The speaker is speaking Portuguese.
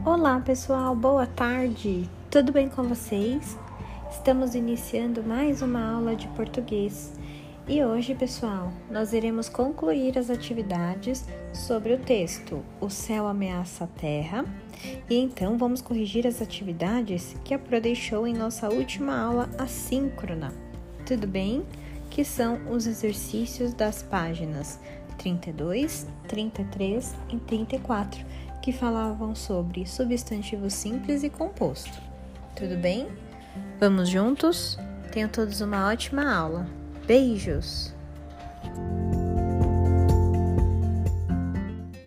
Olá pessoal, boa tarde! Tudo bem com vocês? Estamos iniciando mais uma aula de português e hoje, pessoal, nós iremos concluir as atividades sobre o texto O Céu Ameaça a Terra e então vamos corrigir as atividades que a Pro deixou em nossa última aula assíncrona, tudo bem? Que são os exercícios das páginas 32, 33 e 34, que falavam sobre substantivo simples e composto. Tudo bem? Vamos juntos? Tenham todos uma ótima aula. Beijos!